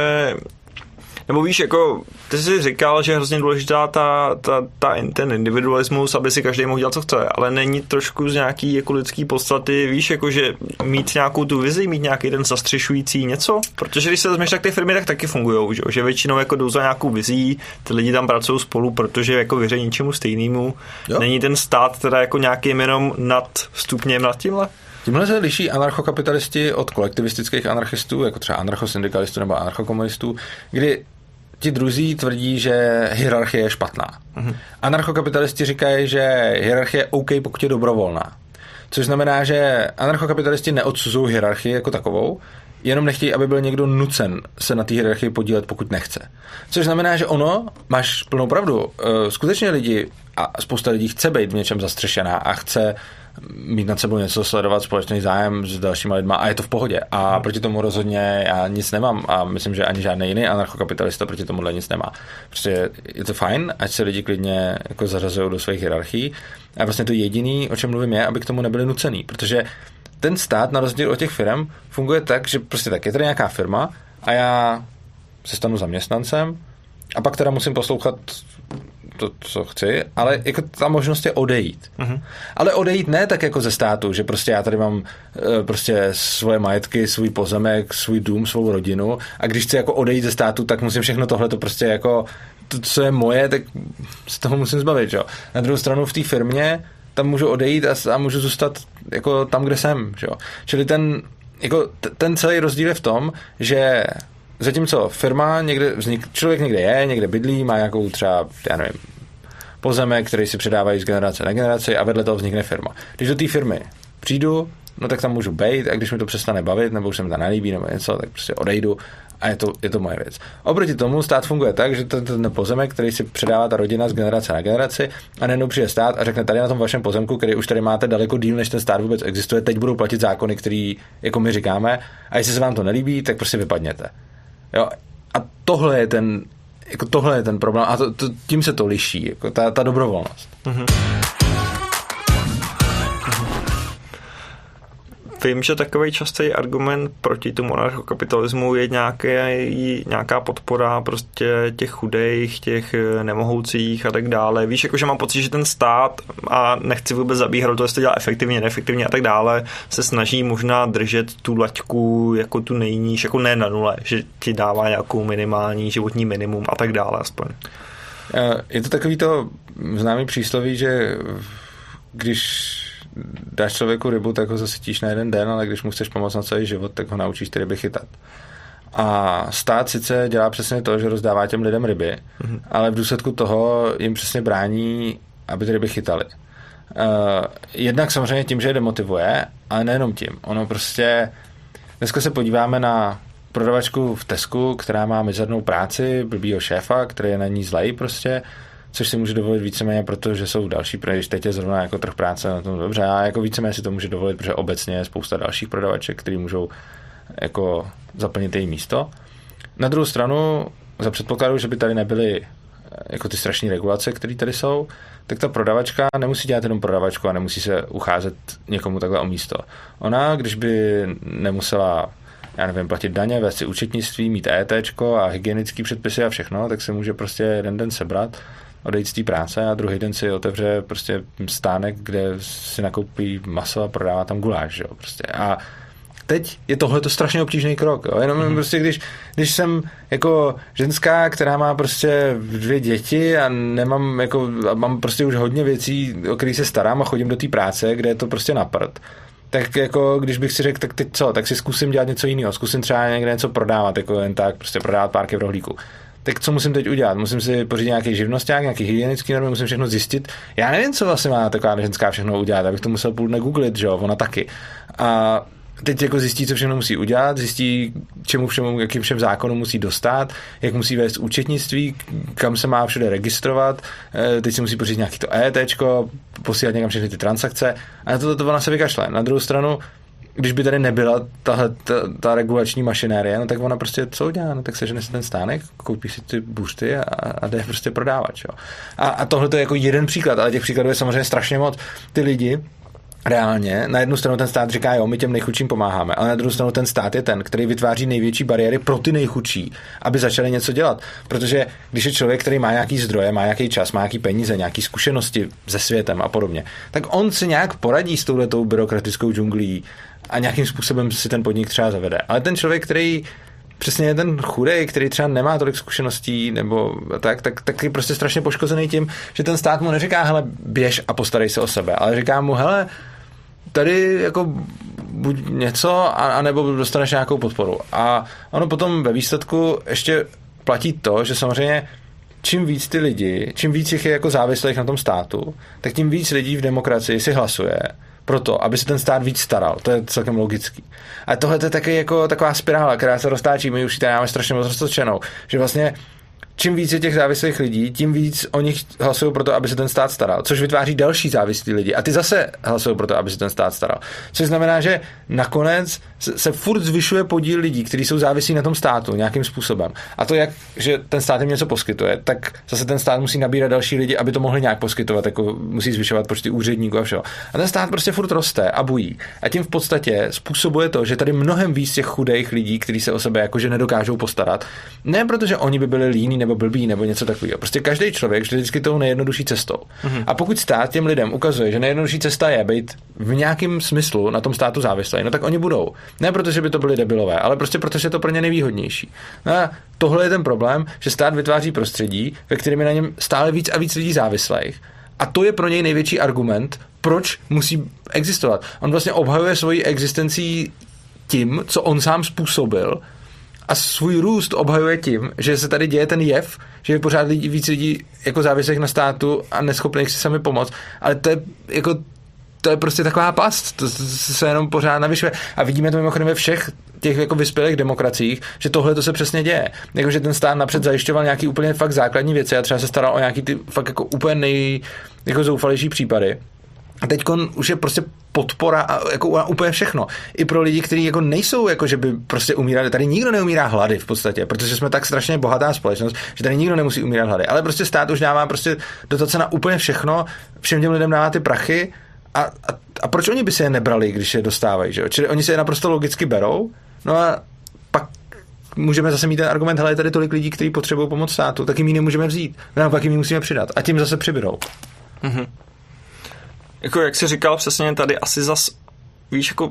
nebo víš, jako ty jsi říkal, že je hrozně důležitá ta, ta, ta, ten individualismus, aby si každý mohl dělat, co chce, ale není trošku z nějaký jako lidský podstaty, víš, jako že mít nějakou tu vizi, mít nějaký ten zastřešující něco, protože když se vezmeš, tak ty firmy tak taky fungujou, že, že většinou jako jdou za nějakou vizí, ty lidi tam pracují spolu, protože jako věří ničemu stejnému. Jo. Není ten stát teda jako nějakým jenom nad stupněm nad tímhle? Tímhle se liší anarchokapitalisti od kolektivistických anarchistů, jako třeba anarchosyndikalistů nebo anarchokomunistů, kdy ti druzí tvrdí, že hierarchie je špatná. Mm-hmm. Anarchokapitalisti říkají, že hierarchie je OK, pokud je dobrovolná. Což znamená, že anarchokapitalisti neodsuzují hierarchii jako takovou, jenom nechtějí, aby byl někdo nucen se na té hierarchii podílet, pokud nechce. Což znamená, že ono, máš plnou pravdu, skutečně lidi a spousta lidí chce být v něčem zastřešená a chce mít nad sebou něco, sledovat společný zájem s dalšíma lidma a je to v pohodě. A proti tomu rozhodně já nic nemám a myslím, že ani žádný jiný anarchokapitalista proti tomuhle nic nemá. Prostě je to fajn, ať se lidi klidně jako zařazují do svých hierarchií. A vlastně to jediný, o čem mluvím, je, aby k tomu nebyli nucený. Protože ten stát, na rozdíl od těch firm, funguje tak, že prostě tak je tady nějaká firma a já se stanu zaměstnancem a pak teda musím poslouchat to, co chci, ale jako ta možnost je odejít. Uh-huh. Ale odejít ne tak jako ze státu, že prostě já tady mám prostě svoje majetky, svůj pozemek, svůj dům, svou rodinu a když chci jako odejít ze státu, tak musím všechno tohle to prostě jako to, co je moje, tak z toho musím zbavit, jo. Na druhou stranu v té firmě tam můžu odejít a, a můžu zůstat jako tam, kde jsem, jo. Čili ten jako t- ten celý rozdíl je v tom, že zatímco firma někde vznik, člověk někde je, někde bydlí, má nějakou třeba, já nevím, pozemek, který si předávají z generace na generaci a vedle toho vznikne firma. Když do té firmy přijdu, no tak tam můžu bejt a když mi to přestane bavit, nebo už se mi to nelíbí, nebo něco, tak prostě odejdu a je to, je to moje věc. Oproti tomu stát funguje tak, že ten, ten pozemek, který si předává ta rodina z generace na generaci a najednou přijde stát a řekne, tady na tom vašem pozemku, který už tady máte daleko díl, než ten stát vůbec existuje, teď budou platit zákony, který jako my říkáme, a jestli se vám to nelíbí, tak prostě vypadněte. Jo? A tohle je ten, jako tohle je ten problém a to, to, tím se to liší, jako ta, ta dobrovolnost. Mm-hmm. Vím, že takový častý argument proti tomu anarchokapitalismu je nějaký, nějaká podpora prostě těch chudých, těch nemohoucích a tak dále. Víš, jakože mám pocit, že ten stát, a nechci vůbec zabíhat do toho, jestli to dělá efektivně, neefektivně a tak dále, se snaží možná držet tu laťku jako tu nejníž, jako ne na nule, že ti dává nějakou minimální životní minimum a tak dále aspoň. Je to takový to známý přísloví, že když dáš člověku rybu, tak ho zasytíš na jeden den, ale když mu chceš pomoct na celý život, tak ho naučíš ty ryby chytat. A stát sice dělá přesně to, že rozdává těm lidem ryby, mm-hmm. ale v důsledku toho jim přesně brání, aby ty ryby chytali. Uh, jednak samozřejmě tím, že je demotivuje, ale nejenom tím. Ono prostě, dneska se podíváme na prodavačku v Tesku, která má mizernou práci, blbýho šéfa, který je na ní zlej prostě, což si může dovolit víceméně, protože jsou další, protože teď je zrovna jako trh práce na tom dobře, a jako víceméně si to může dovolit, protože obecně je spousta dalších prodavaček, který můžou jako zaplnit její místo. Na druhou stranu, za předpokladu, že by tady nebyly jako ty strašné regulace, které tady jsou, tak ta prodavačka nemusí dělat jenom prodavačku a nemusí se ucházet někomu takhle o místo. Ona, když by nemusela, já nevím, platit daně, vést si účetnictví, mít étéčko a hygienické předpisy a všechno, tak se může prostě jeden den sebrat, odejít z té práce a druhý den si otevře prostě stánek, kde si nakoupí maso a prodává tam guláš, jo, prostě. A teď je tohle to strašně obtížný krok, jo. Jenom mm-hmm. prostě, když, když jsem jako ženská, která má prostě dvě děti a nemám jako, a mám prostě už hodně věcí, o kterých se starám a chodím do té práce, kde je to prostě na prd, tak jako, když bych si řekl, tak teď co, tak si zkusím dělat něco jiného, zkusím třeba někde něco prodávat, jako jen tak, prostě prodávat párky v rohlíku. Tak co musím teď udělat? Musím si pořídit nějaký živnosťák, nějaký hygienický normy, musím všechno zjistit. Já nevím, co vlastně má taková ženská všechno udělat, abych to musel půl dne googlit, že jo, ona taky. A teď jako zjistí, co všechno musí udělat, zjistí, čemu všemu, jakým všem zákonům musí dostat, jak musí vést účetnictví, kam se má všude registrovat, teď si musí pořídit nějaký to étéčko, posílat někam všechny ty transakce a na to, to ona se vykašle. Na druhou stranu když by tady nebyla tahle, ta, ta regulační mašinérie, no tak ona prostě co udělá? No tak sežene si ten stánek, koupí si ty buřty a, a jde prostě prodávat. Jo? A, a tohle to je jako jeden příklad, ale těch příkladů je samozřejmě strašně moc. Ty lidi reálně, na jednu stranu ten stát říká, jo, my těm nejchudším pomáháme, ale na druhou stranu ten stát je ten, který vytváří největší bariéry pro ty nejchudší, aby začali něco dělat. Protože když je člověk, který má nějaký zdroje, má nějaký čas, má nějaký peníze, nějaký zkušenosti se světem a podobně, tak on si nějak poradí s touhletou byrokratickou džunglí a nějakým způsobem si ten podnik třeba zavede. Ale ten člověk, který přesně je ten chudej, který třeba nemá tolik zkušeností nebo tak, tak, tak je prostě strašně poškozený tím, že ten stát mu neříká, hele, běž a postarej se o sebe, ale říká mu, hele, tady jako buď něco, anebo dostaneš nějakou podporu. A ono potom ve výsledku ještě platí to, že samozřejmě čím víc ty lidi, čím víc jich je jako závislých na tom státu, tak tím víc lidí v demokracii si hlasuje proto, aby se ten stát víc staral. To je celkem logický. A tohle je taky jako taková spirála, která se roztáčí, my už ji tady máme strašně moc roztočenou, že vlastně čím víc je těch závislých lidí, tím víc o nich hlasují pro to, aby se ten stát staral, což vytváří další závislí lidi a ty zase hlasují pro to, aby se ten stát staral. Což znamená, že nakonec se furt zvyšuje podíl lidí, kteří jsou závislí na tom státu nějakým způsobem. A to jak, že ten stát jim něco poskytuje, tak zase ten stát musí nabírat další lidi, aby to mohli nějak poskytovat, jako musí zvyšovat počty úředníků a všeho. A ten stát prostě furt roste a bují. A tím v podstatě způsobuje to, že tady mnohem víc těch chudých lidí, kteří se o sebe jakože nedokážou postarat, ne protože oni by byli líní nebo blbý nebo něco takového. Prostě každý člověk šli vždycky tou nejjednodušší cestou. Mm-hmm. A pokud stát těm lidem ukazuje, že nejjednodušší cesta je být v nějakém smyslu na tom státu závislý, no tak oni budou. Ne protože by to byli debilové, ale prostě protože je to pro ně nejvýhodnější. No a tohle je ten problém, že stát vytváří prostředí, ve kterém je na něm stále víc a víc lidí závislých. A to je pro něj největší argument, proč musí existovat. On vlastně obhajuje svoji existencí tím, co on sám způsobil, a svůj růst obhajuje tím, že se tady děje ten jev, že je pořád lidí, víc lidí jako závislých na státu a neschopných si sami pomoct. Ale to je jako to je prostě taková past, to se jenom pořád navyšuje. A vidíme to mimochodem ve všech těch jako vyspělých demokraciích, že tohle to se přesně děje. Jako, že ten stát napřed zajišťoval nějaký úplně fakt základní věci a třeba se staral o nějaký ty fakt jako úplně nej, jako zoufalejší případy. A teď už je prostě podpora a jako úplně všechno. I pro lidi, kteří jako nejsou, jako že by prostě umírali. Tady nikdo neumírá hlady v podstatě, protože jsme tak strašně bohatá společnost, že tady nikdo nemusí umírat hlady. Ale prostě stát už dává prostě dotace na úplně všechno, všem těm lidem dává ty prachy a, a, a proč oni by si je nebrali, když je dostávají, že jo? Čili oni si je naprosto logicky berou, no a pak můžeme zase mít ten argument, hele, je tady tolik lidí, kteří potřebují pomoc státu, tak jim ji nemůžeme vzít. No, pak jim ji musíme přidat. A tím zase přibydou. Mhm. Jako jak jsi říkal přesně, tady asi zas, víš, jako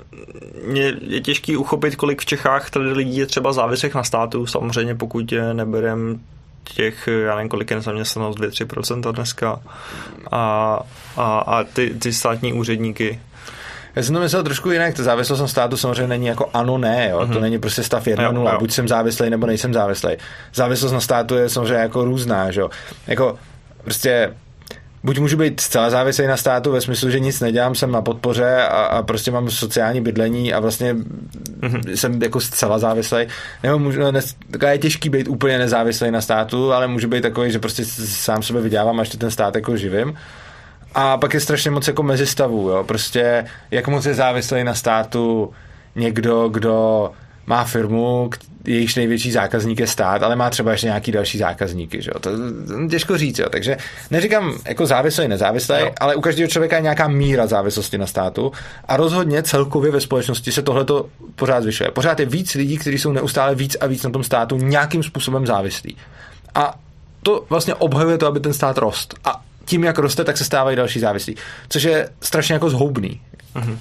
mě je těžký uchopit, kolik v Čechách tady lidí je třeba závislých na státu, samozřejmě pokud neberem těch, já nevím, kolik je nezaměstnanost, dvě až tři procenta dneska a, a, a ty, ty státní úředníky. Já jsem to myslel trošku jinak, ta závislost na státu samozřejmě není jako ano, ne, jo? Mm-hmm. To není prostě stav jedna nula, buď jsem závislej, nebo nejsem závislej. Závislost na státu je samozřejmě jako různá, že jo? Jako prostě buď můžu být zcela závislý na státu ve smyslu, že nic nedělám, jsem na podpoře a, a prostě mám sociální bydlení a vlastně mm-hmm. jsem jako zcela závislý. Nebo můžu, ne, je těžký být úplně nezávislý na státu, ale můžu být takový, že prostě sám sebe vydělávám a ještě ten stát jako živím. A pak je strašně moc jako mezistavů, jo. Prostě jak moc je závislý na státu někdo, kdo má firmu, jejíž největší zákazník je stát, ale má třeba ještě nějaký další zákazníky, že jo. To je těžko říct, jo. Takže neříkám jako závislý, nezávislý, no. Ale u každého člověka je nějaká míra závislosti na státu a rozhodně celkově ve společnosti se tohleto pořád zvyšuje. Pořád je víc lidí, kteří jsou neustále víc a víc na tom státu nějakým způsobem závislí. A to vlastně obhajuje to, aby ten stát rost. A tím, jak roste, tak se stávají další závislí. Což je strašně jako zhoubný. Mhm.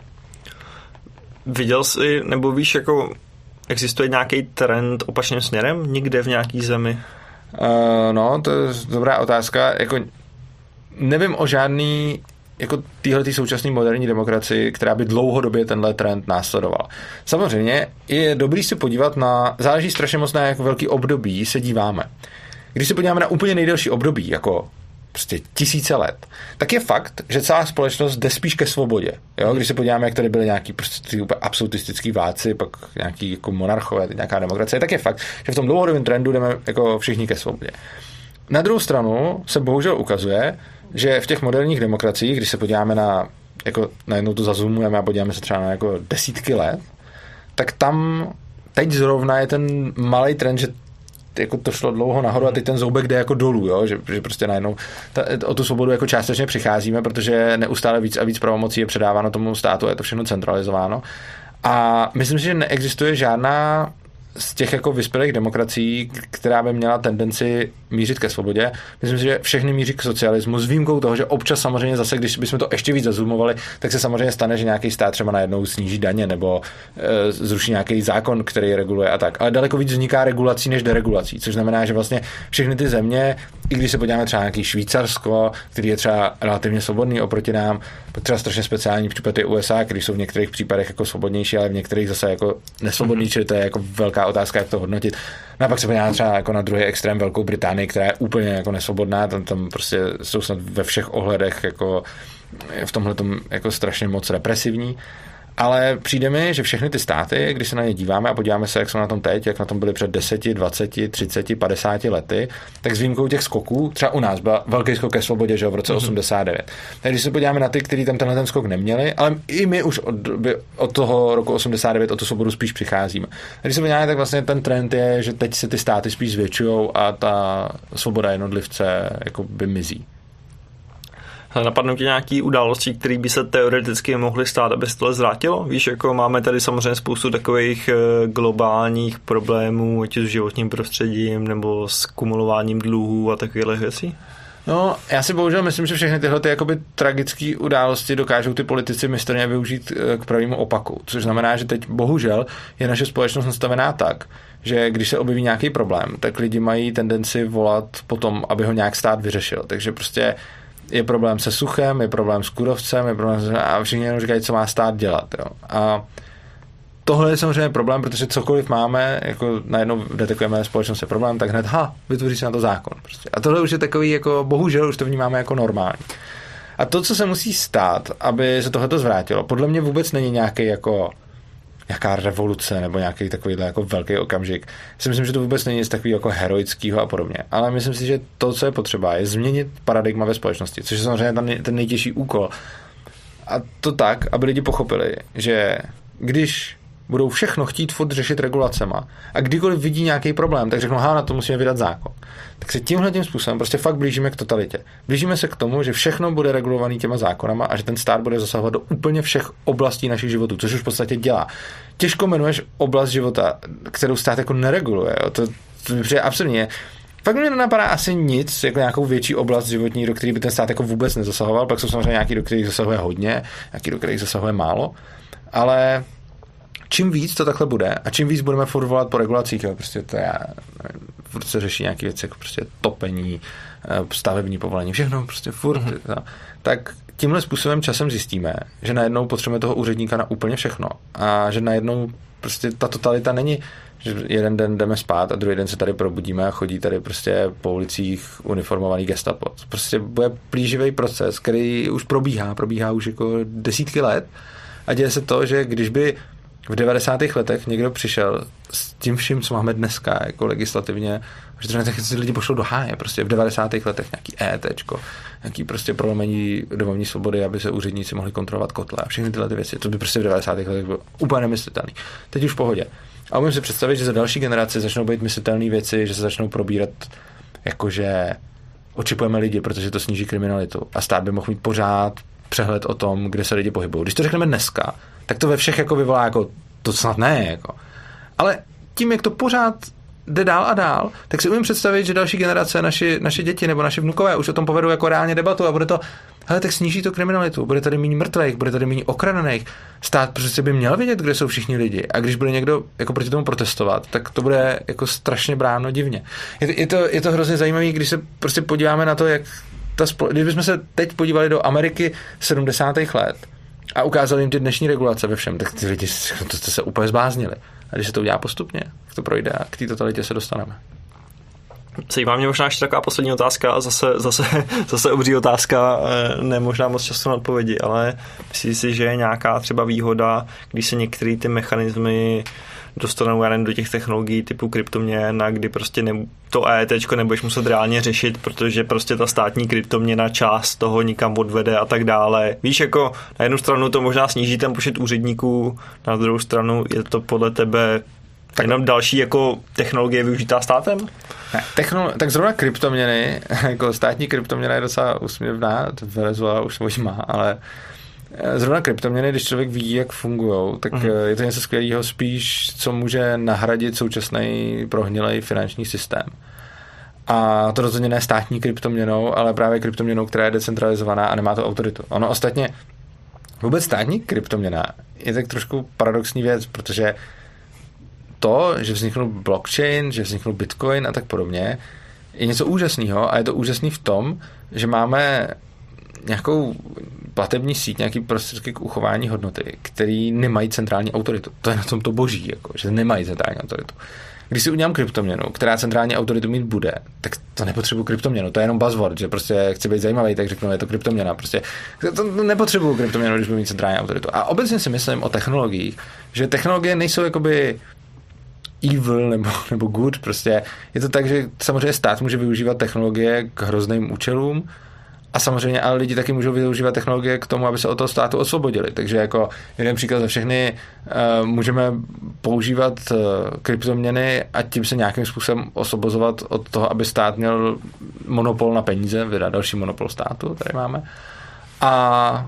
Viděl jsi, nebo víš, jako existuje nějaký trend opačným směrem někde v nějaký zemi? Uh, no, to je dobrá otázka. Jako, nevím o žádný jako téhletý současný moderní demokracii, která by dlouhodobě tenhle trend následovala. Samozřejmě je dobrý si podívat na, záleží strašně moc na jak velký období se díváme. Když se podíváme na úplně nejdelší období, jako prostě tisíce let, tak je fakt, že celá společnost jde spíš ke svobodě. Jo? Když se podíváme, jak tady byly nějaký prostě absolutistický vládci, pak nějaký jako monarchové, nějaká demokracie, tak je fakt, že v tom dlouhodobém trendu jdeme jako všichni ke svobodě. Na druhou stranu se bohužel ukazuje, že v těch moderních demokraciích, když se podíváme na jako najednou to zazumujeme a podíváme se třeba na jako desítky let, tak tam teď zrovna je ten malý trend, že jako to šlo dlouho nahoru a teď ten zoubek jde jako dolů, jo? Že, že prostě najednou ta, o tu svobodu jako částečně přicházíme, protože neustále víc a víc pravomocí je předáváno tomu státu, je to všechno centralizováno. A myslím si, že neexistuje žádná z těch jako vyspělých demokracií, která by měla tendenci mířit ke svobodě. Myslím si, že všechny míří k socialismu s výjimkou toho, že občas samozřejmě zase, když bychom to ještě víc zazoomovali, tak se samozřejmě stane, že nějaký stát třeba najednou sníží daně nebo e, zruší nějaký zákon, který reguluje a tak. Ale daleko víc vzniká regulací než deregulací, což znamená, že vlastně všechny ty země, i když se podíváme třeba na nějaký Švýcarsko, který je třeba relativně svobodný oproti nám, třeba strašně speciální případ je U S A, který jsou v některých případech jako svobodnější, ale v některých zase jako nesvobodný, čili to je jako velká otázka, jak to hodnotit. No a pak se podíváme třeba jako na druhý extrém Velkou Británii, která je úplně jako nesvobodná, tam, tam prostě jsou snad ve všech ohledech jako v tomhletom jako strašně moc represivní. Ale přijde mi, že všechny ty státy, když se na ně díváme a podíváme se, jak jsou na tom teď, jak na tom byli před deseti, dvaceti, třiceti, padesáti lety, tak s výjimkou těch skoků, třeba u nás byl velký skok ke svobodě, že v roce mm-hmm. osmdesát devět. Tak když se podíváme na ty, kteří tam tenhle ten skok neměli, ale i my už od, od toho roku osmdesát devět o tu svobodu spíš přicházíme. A když se podíváme, tak vlastně ten trend je, že teď se ty státy spíš zvětšujou a ta svoboda jednotlivce jako by mizí. Napadnou ti nějaký události, které by se teoreticky mohly stát, aby se tohle zvrátilo? Víš, jako máme tady samozřejmě spoustu takových globálních problémů, ať s životním prostředím nebo s kumulováním dluhů a takových věcí? No, já si bohužel myslím, že všechny tyhle ty jakoby tragické události dokážou ty politici mistrně využít k pravému opaku. Což znamená, že teď bohužel je naše společnost nastavená tak, že když se objeví nějaký problém, tak lidi mají tendenci volat potom, aby ho nějak stát vyřešil. Takže prostě je problém se suchem, je problém s kůrovcem, je problém se... a všichni jenom říkají, co má stát dělat. Jo. A tohle je samozřejmě problém, protože cokoliv máme, jako najednou detekujeme společnost je problém, tak hned, ha, vytvoří se na to zákon. Prostě. A tohle už je takový, jako bohužel už to vnímáme jako normální. A to, co se musí stát, aby se tohleto zvrátilo, podle mě vůbec není nějaký jako nějaká revoluce nebo nějaký takovýhle jako velký okamžik. Si myslím, že to vůbec není nic takového jako heroického a podobně. Ale myslím si, že to, co je potřeba, je změnit paradigma ve společnosti, což je samozřejmě ten, ten nejtěžší úkol. A to tak, aby lidi pochopili, že když budou všechno chtít furt řešit regulacema a kdykoliv vidí nějaký problém, tak řeknou, ha, na to musíme vydat zákon. Tak se tímhletím způsobem prostě fakt blížíme k totalitě. Blížíme se k tomu, že všechno bude regulovaný těma zákonama a že ten stát bude zasahovat do úplně všech oblastí našich životů, což už v podstatě dělá. Těžko jmenuješ oblast života, kterou stát jako nereguluje. Jo? To, to mi přijde absurdně. Fakt mě nenapadá asi nic, jako nějakou větší oblast životní, do které by ten stát jako vůbec nezasahoval. Pak jsou samozřejmě nějaký, do kterých zasahuje hodně, nějaký, do kterých zasahuje málo. Ale čím víc to takhle bude a čím víc budeme furt volat po regulacích, jo, prostě to já, furt se řeší nějaké věci, jako prostě topení, stavební povolení, všechno prostě furt, mm-hmm. tak tímhle způsobem časem zjistíme, že najednou potřebujeme toho úředníka na úplně všechno a že najednou prostě ta totalita není, že jeden den jdeme spát a druhý den se tady probudíme a chodí tady prostě po ulicích uniformovaný gestapo. Prostě bude plíživý proces, který už probíhá, probíhá už jako desítky let a děje se to, že když by v devadesátých letech někdo přišel s tím vším, co máme dneska, jako legislativně, že třeba si lidi pošlou do háje, prostě v devadesátých letech nějaký ETčko, nějaký prostě prolomení domovní svobody, aby se úředníci mohli kontrolovat kotle a všechny tyhle ty věci. To by prostě v devadesátých letech bylo úplně nemyslitelný. Teď už v pohodě. A umím si představit, že za další generace začnou být myslitelné věci, že se začnou probírat jakože očipujeme lidi, protože to sníží kriminalitu a stát by mohl mít pořád přehled o tom, kde se lidi pohybují. Když to řekneme dneska, tak to ve všech jako vyvolá jako, to snad ne, jako. Ale tím, jak to pořád jde dál a dál, tak si umím představit, že další generace, naši, naše děti nebo naše vnukové už o tom povedou jako reálně debatu a bude to, hele, tak sníží to kriminalitu, bude tady méně mrtvých, bude tady méně okradených. Stát prostě by měl vědět, kde jsou všichni lidi. A když bude někdo jako proti tomu protestovat, tak to bude jako strašně bráno divně. Je to, je to, je to hrozně zajímavé, když se prostě podíváme na to, jak ta spole... když bychom se teď podívali do Ameriky sedmdesátých let a ukázali jim ty dnešní regulace ve všem, tak ty lidi to jste se úplně zbláznili. A když se to udělá postupně, tak to projde a k té totalitě se dostaneme. Zajímá mě možná ještě taková poslední otázka a zase, zase, zase obří otázka, ne možná moc často na odpovědi, ale myslím si, že je nějaká třeba výhoda, když se některé ty mechanismy dostanou jen do těch technologií typu kryptoměna, kdy prostě ne, to ETčko nebudeš muset reálně řešit, protože prostě ta státní kryptoměna část toho nikam odvede a tak dále. Víš, jako na jednu stranu to možná sníží ten počet úředníků, na druhou stranu je to podle tebe tak jenom další jako technologie využitá státem? Ne, technolo- tak zrovna kryptoměny, jako státní kryptoměna je docela úsměvná, to Venezuela už svojí má, ale zrovna kryptoměny, když člověk ví, jak fungujou, tak uh-huh. je to něco skvělého spíš, co může nahradit současný prohnilej finanční systém. A to rozhodně ne státní kryptoměnou, ale právě kryptoměnou, která je decentralizovaná a nemá to autoritu. Ono ostatně, vůbec státní kryptoměna je tak trošku paradoxní věc, protože to, že vzniknul blockchain, že vzniknul bitcoin a tak podobně, je něco úžasného a je to úžasný v tom, že máme nějakou platební síť, nějaký prostředky k uchování hodnoty, který nemají centrální autoritu. To je na tom to boží, jako, že nemají centrální autoritu. Když si udělám kryptoměnu, která centrální autoritu mít bude, tak to nepotřebuji kryptoměnu. To je jenom buzzword, že prostě chci být zajímavý, tak řeknu, je to kryptoměna. Prostě to nepotřebuji kryptoměnu, když budu mít centrální autoritu. A obecně si myslím o technologiích, že technologie nejsou jakoby evil nebo, nebo good, prostě je to tak, že samozřejmě stát může využívat technologie k hrozným účelům a samozřejmě ale lidi taky můžou využívat technologie k tomu, aby se od toho státu osvobodili. Takže jako jeden příklad za všechny, uh, můžeme používat uh, kryptoměny a tím se nějakým způsobem osvobozovat od toho, aby stát měl monopol na peníze, vydá další monopol státu, tady máme. A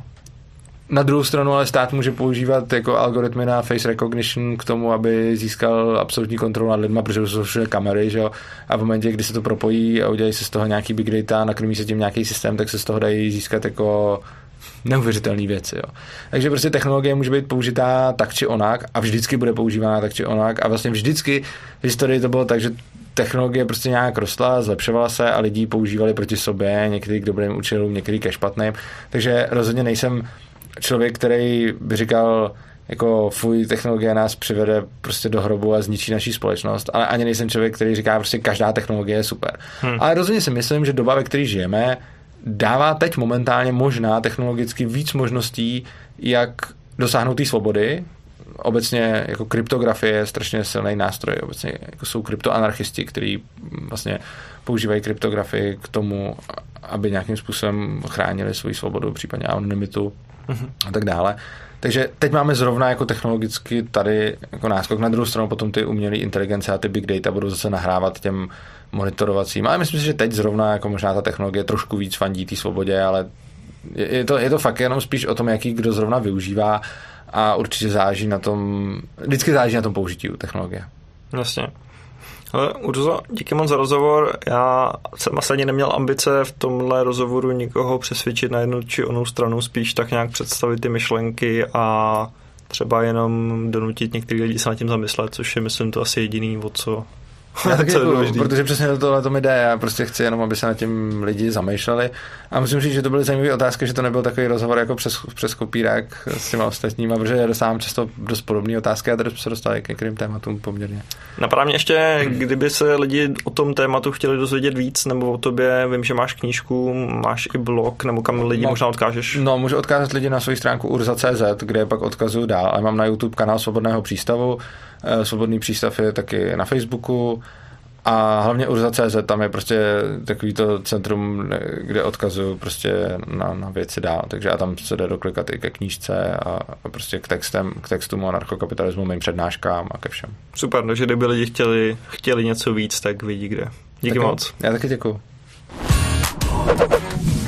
na druhou stranu ale stát může používat jako algoritmy na face recognition k tomu, aby získal absolutní kontrolu nad lidma, protože jsou všude kamery, že jo? A v momentě, kdy se to propojí a udělají se z toho nějaký big data, nakrmí se tím nějaký systém, tak se z toho dají získat jako neuvěřitelné věci. Jo? Takže prostě technologie může být použitá tak či onak a vždycky bude používána tak či onak a vlastně vždycky v historii to bylo tak, že technologie prostě nějak rostla, zlepšovala se a lidi používali proti sobě, některý k dobrým účelům, některý ke špatným. Takže rozhodně nejsem člověk, který by říkal, jako fuj, technologie nás přivede prostě do hrobu a zničí naší společnost, ale ani nejsem člověk, který říká, prostě každá technologie je super. Hmm. Ale rozhodně si myslím, že doba, ve které žijeme, dává teď momentálně možná technologicky víc možností, jak dosáhnout té svobody. Obecně jako kryptografie je strašně silný nástroj. Obecně jako jsou kryptoanarchisti, kteří vlastně používají kryptografii k tomu, aby nějakým způsobem chránili svoji svobodu, případně anonymitu mm-hmm. a tak dále. Takže teď máme zrovna jako technologicky tady jako náskok. Na druhou stranu potom ty umělé inteligence a ty big data budou zase nahrávat těm monitorovacím. Ale myslím si, že teď zrovna jako možná ta technologie trošku víc fandí té svobodě, ale je, je, to, je to fakt jenom spíš o tom, jaký kdo zrovna využívá a určitě záleží na tom, vždycky záleží na tom použití technologie. Jasně. Ale Urzo, díky moc za rozhovor. Já jsem asi neměl ambice v tomhle rozhovoru nikoho přesvědčit na jednu či onou stranu, spíš tak nějak představit ty myšlenky a třeba jenom donutit některý lidi se nad tím zamyslet, což je, myslím, to asi jediný, o co... Já taky děkuju, protože přesně tohle to mi jde. Já prostě chci jenom, aby se nad tím lidi zamýšleli. A musím říct, že to byly zajímavé otázky, že to nebyl takový rozhovor jako přes, přes kopírák s těma ostatníma, protože já dostávám často dost podobné otázky a tady jsme se dostali k některým tématům poměrně. Napadá mě ještě, hmm. kdyby se lidi o tom tématu chtěli dozvědět víc, nebo o tobě, vím, že máš knížku, máš i blog, nebo kam lidi no, možná odkážeš? No, můžu odkázat lidi na svou stránku urza tečka cé zet, kde je pak odkazuju dál, ale mám na YouTube kanál Svobodného přístavu. Svobodný přístav je taky na Facebooku a hlavně urza tečka cé zet, tam je prostě takový to centrum, kde odkazuju prostě na, na věci dál, takže a tam se jde doklikat i ke knížce a, a prostě k textem, k textům o anarchokapitalismu, mým přednáškám a ke všem. Super, takže kdyby lidi chtěli, chtěli něco víc, tak vidí kde. Díky taky, moc. Já taky děkuju.